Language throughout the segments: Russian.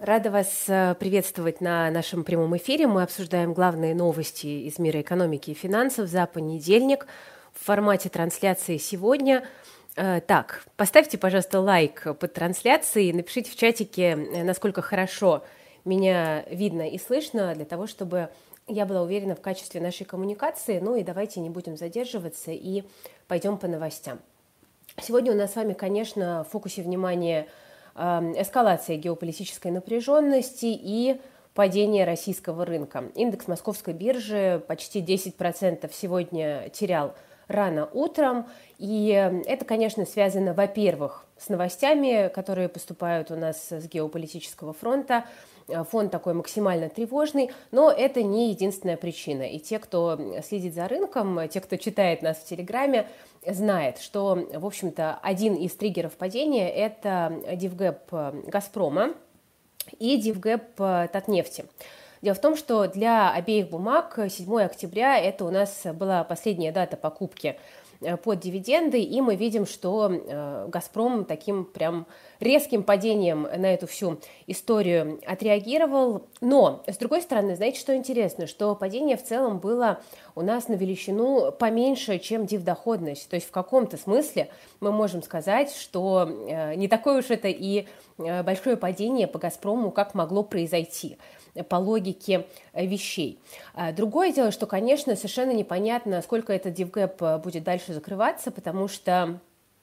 Рада вас приветствовать на нашем прямом эфире. Мы обсуждаем главные новости из мира экономики и финансов за понедельник в формате трансляции сегодня. Так, поставьте, пожалуйста, лайк под трансляцией, напишите в чатике, насколько хорошо меня видно и слышно, для того, чтобы я была уверена в качестве нашей коммуникации. Ну и давайте не будем задерживаться и пойдем по новостям. Сегодня у нас с вами, конечно, в фокусе внимания эскалация геополитической напряженности и падение российского рынка. Индекс Московской биржи почти 10% сегодня терял рано утром. И это, конечно, связано, во-первых, с новостями, которые поступают у нас с геополитического фронта. Фон такой максимально тревожный, но это не единственная причина. И те, кто следит за рынком, те, кто читает нас в Телеграме, знает, что, в общем-то, один из триггеров падения – это дивгэп «Газпрома» и дивгэп «Татнефти». Дело в том, что для обеих бумаг 7 октября – это у нас была последняя дата покупки под дивиденды, и мы видим, что «Газпром» таким прям резким падением на эту всю историю отреагировал. Но, с другой стороны, знаете, что интересно? Что падение в целом было у нас на величину поменьше, чем дивдоходность. То есть в каком-то смысле мы можем сказать, что не такое уж это и большое падение по «Газпрому», как могло произойти по логике вещей. Другое дело, что, конечно, совершенно непонятно, сколько этот дивгэп будет дальше закрываться, потому что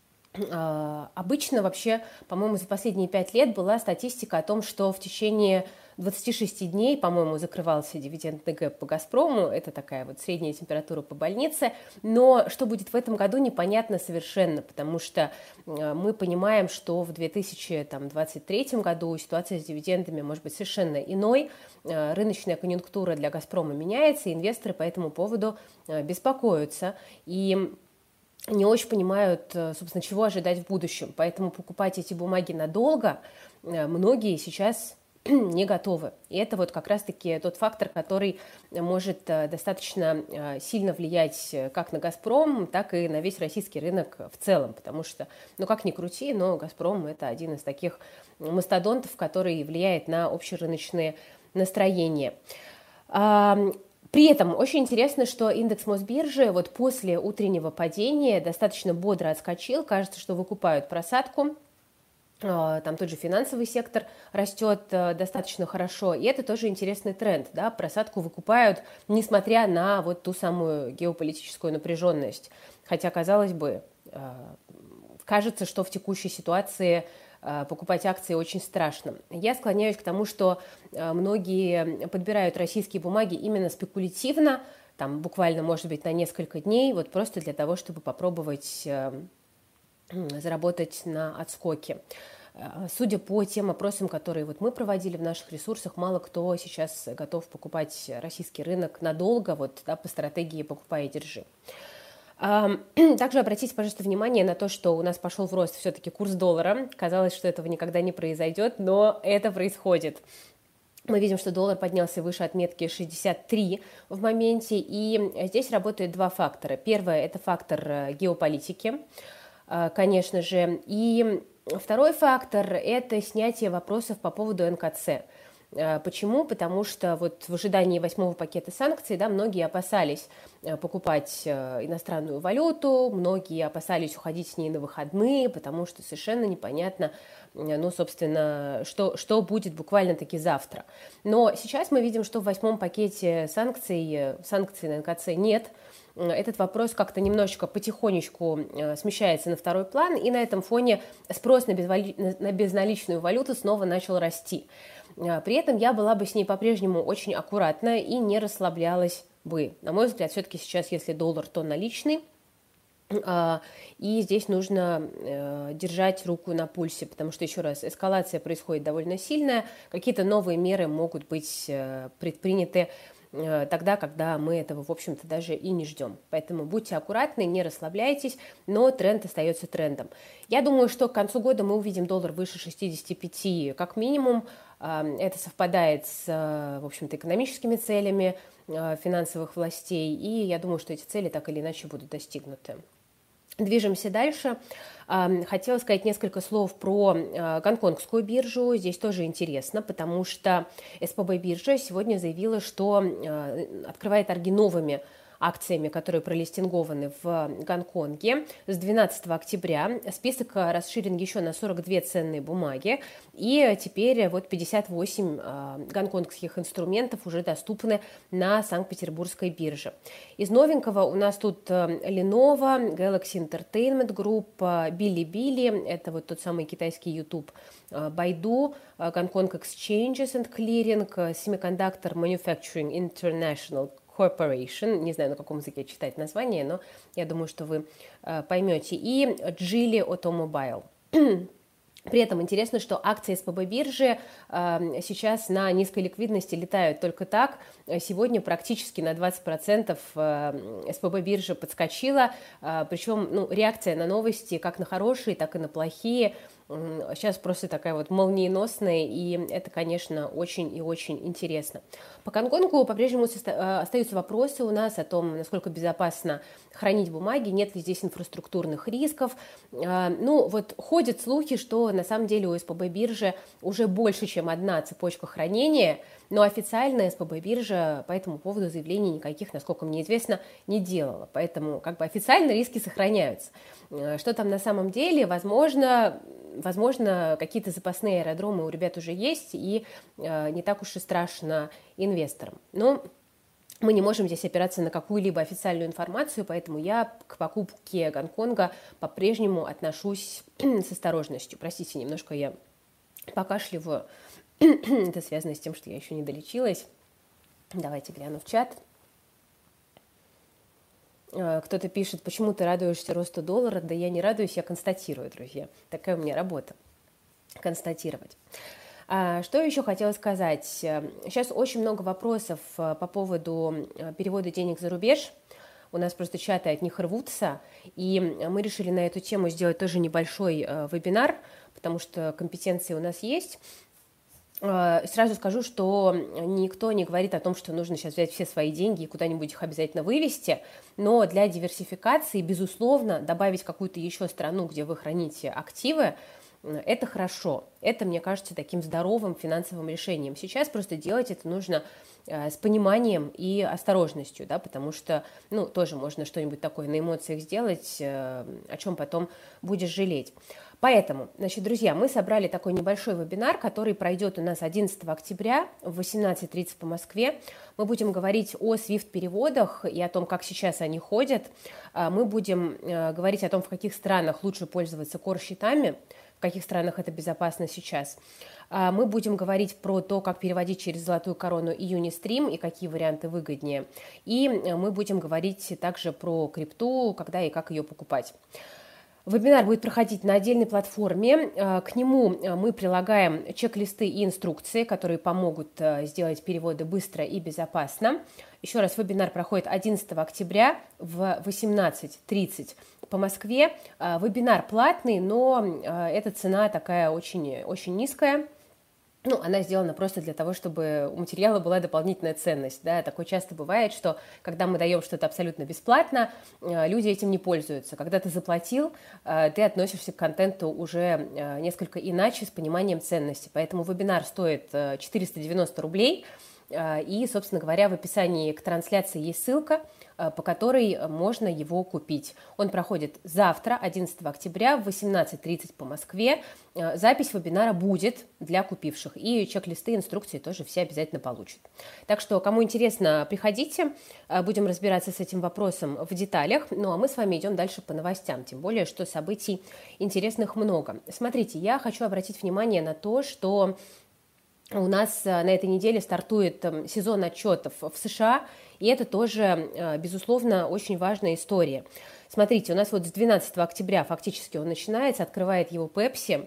обычно вообще, по-моему, за последние 5 лет была статистика о том, что в течение 26 дней, по-моему, закрывался дивидендный гэп по «Газпрому». Это такая вот средняя температура по больнице. Но что будет в этом году, непонятно совершенно, потому что мы понимаем, что в 2023 году ситуация с дивидендами может быть совершенно иной. Рыночная конъюнктура для «Газпрома» меняется, и инвесторы по этому поводу беспокоятся. И не очень понимают, собственно, чего ожидать в будущем. Поэтому покупать эти бумаги надолго многие сейчас не готовы. И это вот как раз-таки тот фактор, который может достаточно сильно влиять как на «Газпром», так и на весь российский рынок в целом. Потому что, ну как ни крути, но «Газпром» — это один из таких мастодонтов, который влияет на общерыночные настроения. При этом очень интересно, что индекс Мосбиржи вот после утреннего падения достаточно бодро отскочил. Кажется, что выкупают просадку. Там тот же финансовый сектор растет достаточно хорошо. И это тоже интересный тренд. Да? Просадку выкупают, несмотря на вот ту самую геополитическую напряженность. Хотя, казалось бы, кажется, что в текущей ситуации покупать акции очень страшно. Я склоняюсь к тому, что многие подбирают российские бумаги именно спекулятивно, там буквально, может быть, на несколько дней, вот просто для того, чтобы попробовать заработать на отскоке. Судя по тем опросам, которые вот мы проводили в наших ресурсах, мало кто сейчас готов покупать российский рынок надолго, вот, да, по стратегии «покупай и держи». Также обратите, пожалуйста, внимание на то, что у нас пошел в рост все-таки курс доллара. Казалось, что этого никогда не произойдет, но это происходит. Мы видим, что доллар поднялся выше отметки 63 в моменте, и здесь работают два фактора. Первое – это фактор геополитики, конечно же, и второй фактор – это снятие вопросов по поводу НКЦ. Почему? Потому что вот в ожидании 8-го пакета санкций, да, многие опасались покупать иностранную валюту, многие опасались уходить с ней на выходные, потому что совершенно непонятно, ну, собственно, что будет буквально-таки завтра. Но сейчас мы видим, что в 8-м пакете санкций на НКЦ нет. Этот вопрос как-то немножечко потихонечку смещается на второй план, и на этом фоне спрос на безналичную валюту снова начал расти. При этом я была бы с ней по-прежнему очень аккуратна и не расслаблялась бы. На мой взгляд, все-таки сейчас, если доллар, то наличный, и здесь нужно держать руку на пульсе, потому что, еще раз, эскалация происходит довольно сильная, какие-то новые меры могут быть предприняты тогда, когда мы этого, в общем-то, даже и не ждем. Поэтому будьте аккуратны, не расслабляйтесь, но тренд остается трендом. Я думаю, что к концу года мы увидим доллар выше 65 как минимум. Это совпадает с, в общем-то, экономическими целями финансовых властей, и я думаю, что эти цели так или иначе будут достигнуты. Движемся дальше. Хотела сказать несколько слов про гонконгскую биржу. Здесь тоже интересно, потому что СПБ биржа сегодня заявила, что открывает торги новыми акциями, которые пролистингованы в Гонконге. С 12 октября список расширен еще на 42 ценные бумаги, и теперь вот 58 гонконгских инструментов уже доступны на Санкт-Петербургской бирже. Из новенького у нас тут Lenovo, Galaxy Entertainment Group, Bilibili, это вот тот самый китайский YouTube, Baidu, Гонконг Exchanges and Clearing, Semiconductor Manufacturing International Corporation, не знаю, на каком языке читать название, но я думаю, что вы поймете, и Geely Automobile. При этом интересно, что акции СПБ биржи сейчас на низкой ликвидности летают только так. Сегодня практически на 20% СПБ биржа подскочила, причем реакция на новости как на хорошие, так и на плохие сейчас просто такая вот молниеносная, и это, конечно, очень и очень интересно. По Гонконгу по-прежнему остаются вопросы у нас о том, насколько безопасно хранить бумаги, нет ли здесь инфраструктурных рисков. Вот ходят слухи, что на самом деле у СПБ биржи уже больше, чем одна цепочка хранения, но официально СПБ биржа по этому поводу заявлений никаких, насколько мне известно, не делала. Поэтому официально риски сохраняются. Что там на самом деле, возможно, какие-то запасные аэродромы у ребят уже есть, и не так уж и страшно инвесторам. Но мы не можем здесь опираться на какую-либо официальную информацию, поэтому я к покупке Гонконга по-прежнему отношусь с осторожностью. Простите, немножко я покашливаю. Это связано с тем, что я еще не долечилась. Давайте гляну в чат. Кто-то пишет, почему ты радуешься росту доллара? Да я не радуюсь, я констатирую, друзья. Такая у меня работа – констатировать. Что еще хотела сказать? Сейчас очень много вопросов по поводу перевода денег за рубеж. У нас просто чаты от них рвутся, и мы решили на эту тему сделать тоже небольшой вебинар, потому что компетенции у нас есть. Сразу скажу, что никто не говорит о том, что нужно сейчас взять все свои деньги и куда-нибудь их обязательно вывести, но для диверсификации, безусловно, добавить какую-то еще страну, где вы храните активы, это хорошо. Это, мне кажется, таким здоровым финансовым решением. Сейчас просто делать это нужно с пониманием и осторожностью, да, потому что, тоже можно что-нибудь такое на эмоциях сделать, о чем потом будешь жалеть. Поэтому, друзья, мы собрали такой небольшой вебинар, который пройдет у нас 11 октября в 18:30 по Москве. Мы будем говорить о SWIFT-переводах и о том, как сейчас они ходят. Мы будем говорить о том, в каких странах лучше пользоваться core-счетами, в каких странах это безопасно сейчас. Мы будем говорить про то, как переводить через Золотую Корону и Unistream и какие варианты выгоднее. И мы будем говорить также про крипту, когда и как ее покупать. Вебинар будет проходить на отдельной платформе. К нему мы прилагаем чек-листы и инструкции, которые помогут сделать переводы быстро и безопасно. Еще раз, вебинар проходит 11 октября в 18:30 по Москве. Вебинар платный, но эта цена такая очень, очень низкая. Она сделана просто для того, чтобы у материала была дополнительная ценность. Да? Такое часто бывает, что когда мы даем что-то абсолютно бесплатно, люди этим не пользуются. Когда ты заплатил, ты относишься к контенту уже несколько иначе, с пониманием ценности. Поэтому вебинар стоит 490 рублей. И, собственно говоря, в описании к трансляции есть ссылка, по которой можно его купить. Он проходит завтра, 11 октября, в 18:30 по Москве. Запись вебинара будет для купивших. И чек-листы, инструкции тоже все обязательно получат. Так что, кому интересно, приходите. Будем разбираться с этим вопросом в деталях. А мы с вами идем дальше по новостям. Тем более, что событий интересных много. Смотрите, я хочу обратить внимание на то, что у нас на этой неделе стартует сезон отчетов в США, и это тоже, безусловно, очень важная история. Смотрите, у нас вот с 12 октября фактически он начинается, открывает его Pepsi,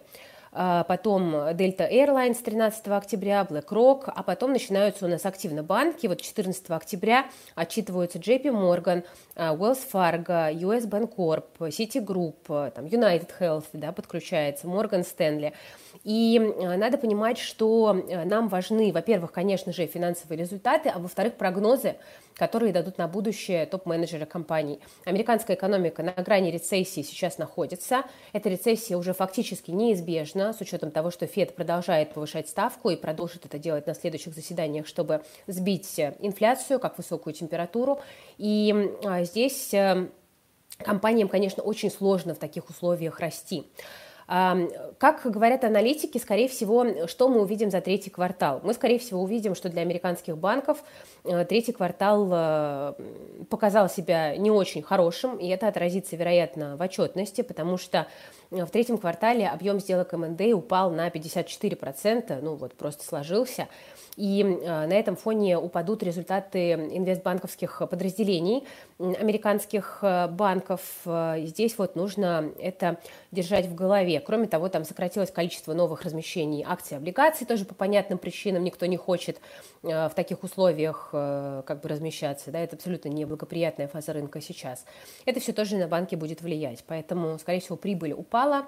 потом Delta Airlines 13 октября, BlackRock, а потом начинаются у нас активно банки. Вот 14 октября отчитываются JP Morgan, Wells Fargo, US Bancorp, Citigroup, United Health, да, подключается, Morgan Stanley. И надо понимать, что нам важны, во-первых, конечно же, финансовые результаты, а во-вторых, прогнозы, которые дадут на будущее топ-менеджеры компаний. Американская экономика на грани рецессии сейчас находится. Эта рецессия уже фактически неизбежна, с учетом того, что ФЕД продолжает повышать ставку и продолжит это делать на следующих заседаниях, чтобы сбить инфляцию, как высокую температуру. И здесь компаниям, конечно, очень сложно в таких условиях расти. Как говорят аналитики, скорее всего, что мы увидим за третий квартал? Мы, скорее всего, увидим, что для американских банков третий квартал показал себя не очень хорошим, и это отразится, вероятно, в отчетности, потому что в третьем квартале объем сделок M&A упал на 54%, ну вот просто сложился. И на этом фоне упадут результаты инвестбанковских подразделений американских банков. Здесь вот нужно это держать в голове. Кроме того, там сократилось количество новых размещений акций и облигаций, тоже по понятным причинам. Никто не хочет в таких условиях как бы размещаться. Да? Это абсолютно неблагоприятная фаза рынка сейчас. Это все тоже на банки будет влиять. Поэтому, скорее всего, прибыль упала.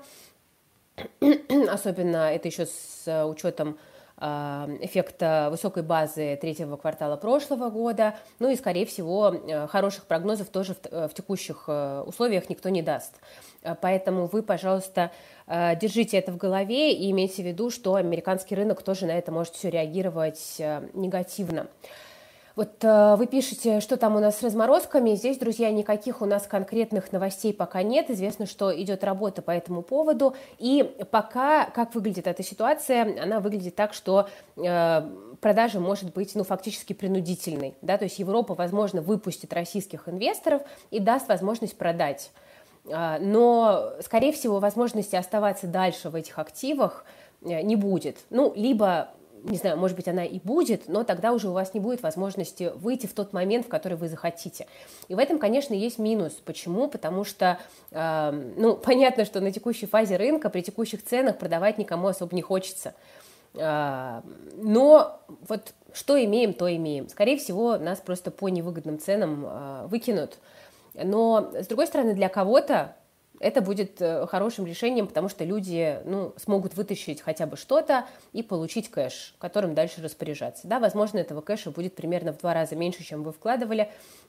Особенно это еще с учетом эффекта высокой базы третьего квартала прошлого года. Ну и, скорее всего, хороших прогнозов тоже в текущих условиях никто не даст. Поэтому вы, пожалуйста, держите это в голове и имейте в виду, что американский рынок тоже на это может все реагировать негативно. Вот вы пишете, что там у нас с разморозками. Здесь, друзья, никаких у нас конкретных новостей пока нет. Известно, что идет работа по этому поводу. И пока, как выглядит эта ситуация, она выглядит так, что продажа может быть фактически принудительной. Да? То есть Европа, возможно, выпустит российских инвесторов и даст возможность продать. Но, скорее всего, возможности оставаться дальше в этих активах не будет. Либо... Не знаю, может быть, она и будет, но тогда уже у вас не будет возможности выйти в тот момент, в который вы захотите. И в этом, конечно, есть минус. Почему? Потому что, понятно, что на текущей фазе рынка, при текущих ценах продавать никому особо не хочется. Но вот что имеем, то имеем. Скорее всего, нас просто по невыгодным ценам выкинут. Но, с другой стороны, для кого-то это будет хорошим решением, потому что люди смогут вытащить хотя бы что-то и получить кэш, которым дальше распоряжаться. Да, возможно, этого кэша будет примерно в 2 раза меньше, чем вы вкладывали.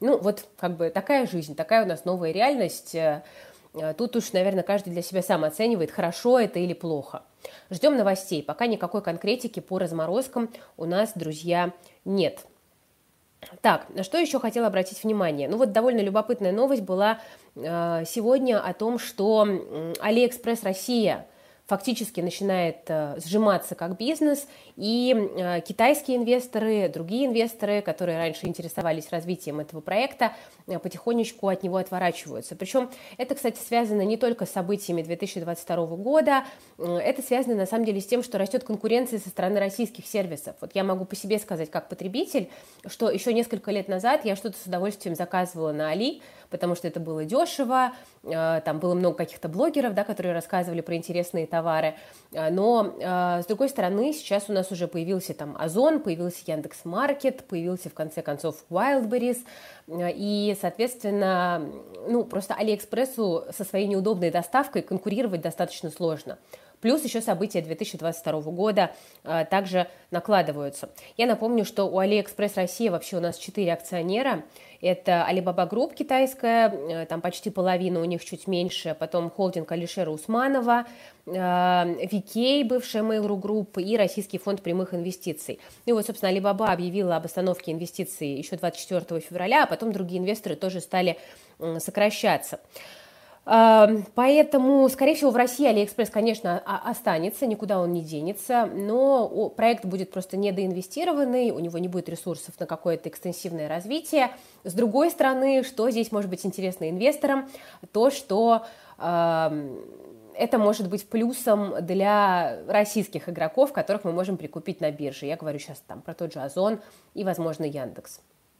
Такая жизнь, такая у нас новая реальность. Тут уж, наверное, каждый для себя сам оценивает, хорошо это или плохо. Ждем новостей. Пока никакой конкретики по разморозкам у нас, друзья, нет. Так, на что еще хотела обратить внимание? Довольно любопытная новость была сегодня о том, что AliExpress Россия фактически начинает сжиматься как бизнес, и китайские инвесторы, другие инвесторы, которые раньше интересовались развитием этого проекта, потихонечку от него отворачиваются. Причем это, кстати, связано не только с событиями 2022 года, это связано на самом деле с тем, что растет конкуренция со стороны российских сервисов. Вот я могу по себе сказать как потребитель, что еще несколько лет назад я что-то с удовольствием заказывала на Али, потому что это было дешево, там было много каких-то блогеров, да, которые рассказывали про интересные товары, но, с другой стороны, сейчас у нас уже появился там Озон, появился Яндекс.Маркет, появился, в конце концов, Wildberries, и, соответственно, просто Алиэкспрессу со своей неудобной доставкой конкурировать достаточно сложно. Плюс еще события 2022 года также накладываются. Я напомню, что у AliExpress Россия вообще у нас 4 акционера. Это Alibaba Group китайская, там почти половина, у них чуть меньше. Потом холдинг Алишера Усманова, VK, бывшая Mail.ru Group, и Российский фонд прямых инвестиций. И вот, собственно, Alibaba объявила об остановке инвестиций еще 24 февраля, а потом другие инвесторы тоже стали сокращаться. Поэтому, скорее всего, в России AliExpress, конечно, останется, никуда он не денется, но проект будет просто недоинвестированный, у него не будет ресурсов на какое-то экстенсивное развитие. С другой стороны, что здесь может быть интересно инвесторам, то, что это может быть плюсом для российских игроков, которых мы можем прикупить на бирже. Я говорю сейчас там про тот же Озон и, возможно, Яндекс.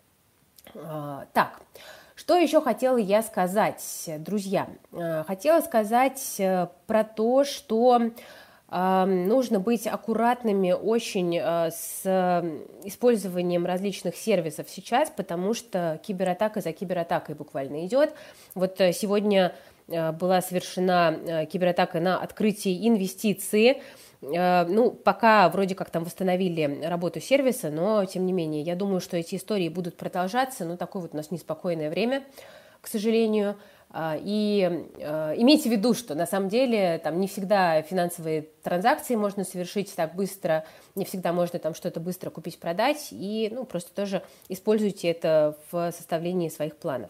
Так. Что еще хотела я сказать, друзья? Хотела сказать про то, что нужно быть аккуратными очень с использованием различных сервисов сейчас, потому что кибератака за кибератакой буквально идет. Вот сегодня была совершена кибератака на открытие инвестиции. Ну, пока вроде как там восстановили работу сервиса, но тем не менее, я думаю, что эти истории будут продолжаться. Ну, такое вот у нас неспокойное время, к сожалению. И имейте в виду, что на самом деле там не всегда финансовые транзакции можно совершить так быстро, не всегда можно там что-то быстро купить, продать, и ну, просто тоже используйте это в составлении своих планов.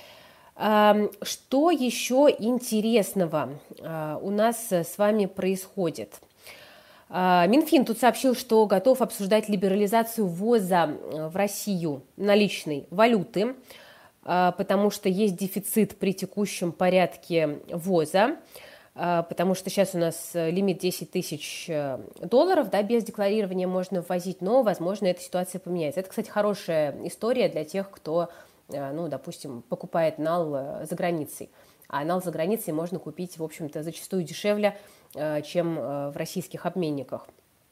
Что еще интересного у нас с вами происходит? Минфин тут сообщил, что готов обсуждать либерализацию ввоза в Россию наличной валюты, потому что есть дефицит при текущем порядке ввоза, потому что сейчас у нас лимит 10 тысяч долларов, да, без декларирования можно ввозить, но, возможно, эта ситуация поменяется. Это, кстати, хорошая история для тех, кто, ну, допустим, покупает нал за границей. А нал за границей можно купить, в общем-то, зачастую дешевле, чем в российских обменниках.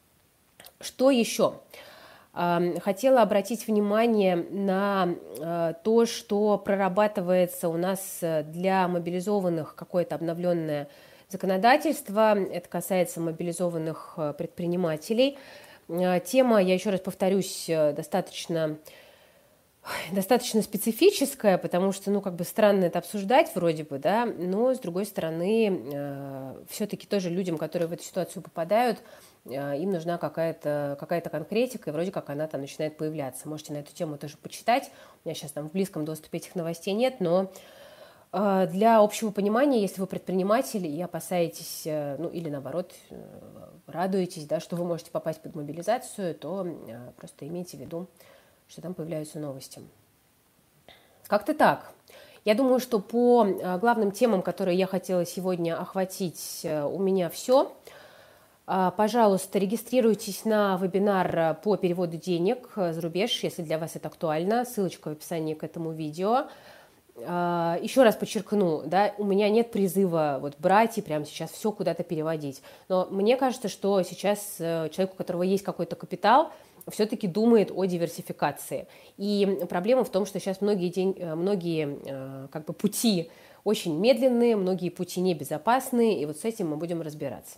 Что еще? Хотела обратить внимание на то, что прорабатывается у нас для мобилизованных какое-то обновленное законодательство. Это касается мобилизованных предпринимателей. Тема, я еще раз повторюсь, достаточно специфическая, потому что, ну, как бы странно это обсуждать вроде бы, да, но, с другой стороны, все-таки тоже людям, которые в эту ситуацию попадают, им нужна какая-то конкретика, и вроде как она там начинает появляться. Можете на эту тему тоже почитать. У меня сейчас там в близком доступе этих новостей нет, но для общего понимания, если вы предприниматель и опасаетесь, ну, или наоборот, радуетесь, да, что вы можете попасть под мобилизацию, то просто имейте в виду, что там появляются новости. Как-то так. Я думаю, что по главным темам, которые я хотела сегодня охватить, у меня все. Пожалуйста, регистрируйтесь на вебинар по переводу денег за рубеж, если для вас это актуально. Ссылочка в описании к этому видео. Еще раз подчеркну, да, у меня нет призыва вот брать и прямо сейчас все куда-то переводить. Но мне кажется, что сейчас человек, у которого есть какой-то капитал, все-таки думает о диверсификации. И проблема в том, что сейчас многие как бы пути очень медленные, многие пути небезопасные, и вот с этим мы будем разбираться.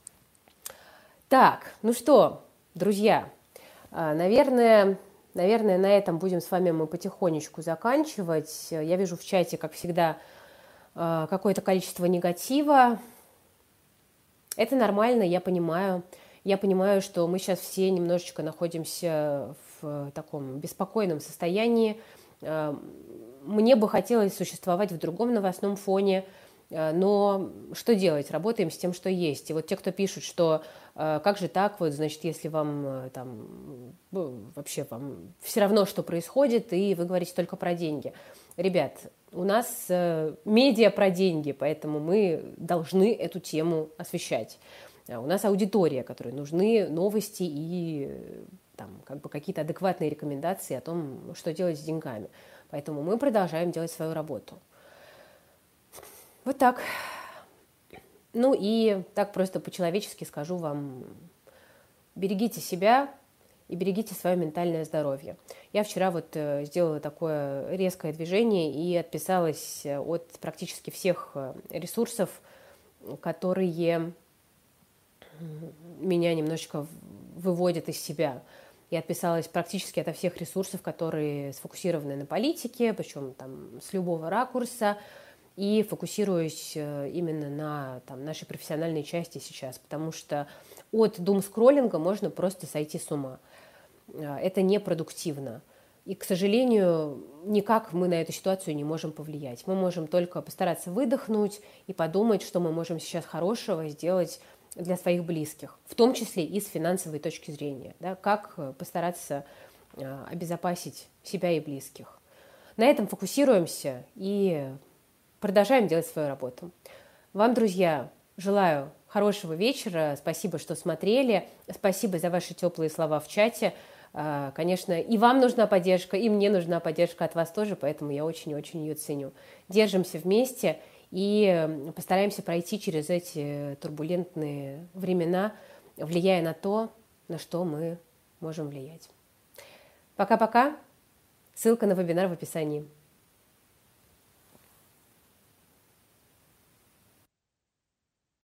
Так, ну что, друзья, наверное, на этом будем с вами мы потихонечку заканчивать. Я вижу в чате, как всегда, какое-то количество негатива. Это нормально, я понимаю. Я понимаю, что мы сейчас все немножечко находимся в таком беспокойном состоянии. Мне бы хотелось существовать в другом новостном фоне, но что делать? Работаем с тем, что есть. И вот те, кто пишут, что как же так, вот, значит, если вам там вообще вам все равно, что происходит, и вы говорите только про деньги. Ребят, у нас медиа про деньги, поэтому мы должны эту тему освещать. У нас аудитория, которой нужны новости и там, как бы какие-то адекватные рекомендации о том, что делать с деньгами. Поэтому мы продолжаем делать свою работу. Вот так. Ну и так просто по-человечески скажу вам, берегите себя и берегите свое ментальное здоровье. Я вчера вот сделала такое резкое движение и отписалась от практически всех ресурсов, которые меня немножечко выводят из себя. Я отписалась практически ото всех ресурсов, которые сфокусированы на политике, причем там с любого ракурса, и фокусируюсь именно на там, нашей профессиональной части сейчас, потому что от думскроллинга можно просто сойти с ума. Это непродуктивно. И, к сожалению, никак мы на эту ситуацию не можем повлиять. Мы можем только постараться выдохнуть и подумать, что мы можем сейчас хорошего сделать для своих близких, в том числе и с финансовой точки зрения, да, как постараться обезопасить себя и близких. На этом фокусируемся и продолжаем делать свою работу. Вам, друзья, желаю хорошего вечера. Спасибо, что смотрели. Спасибо за ваши теплые слова в чате. Конечно, и вам нужна поддержка, и мне нужна поддержка от вас тоже, поэтому я очень-очень ее ценю. Держимся вместе и постараемся пройти через эти турбулентные времена, влияя на то, на что мы можем влиять. Пока-пока. Ссылка на вебинар в описании.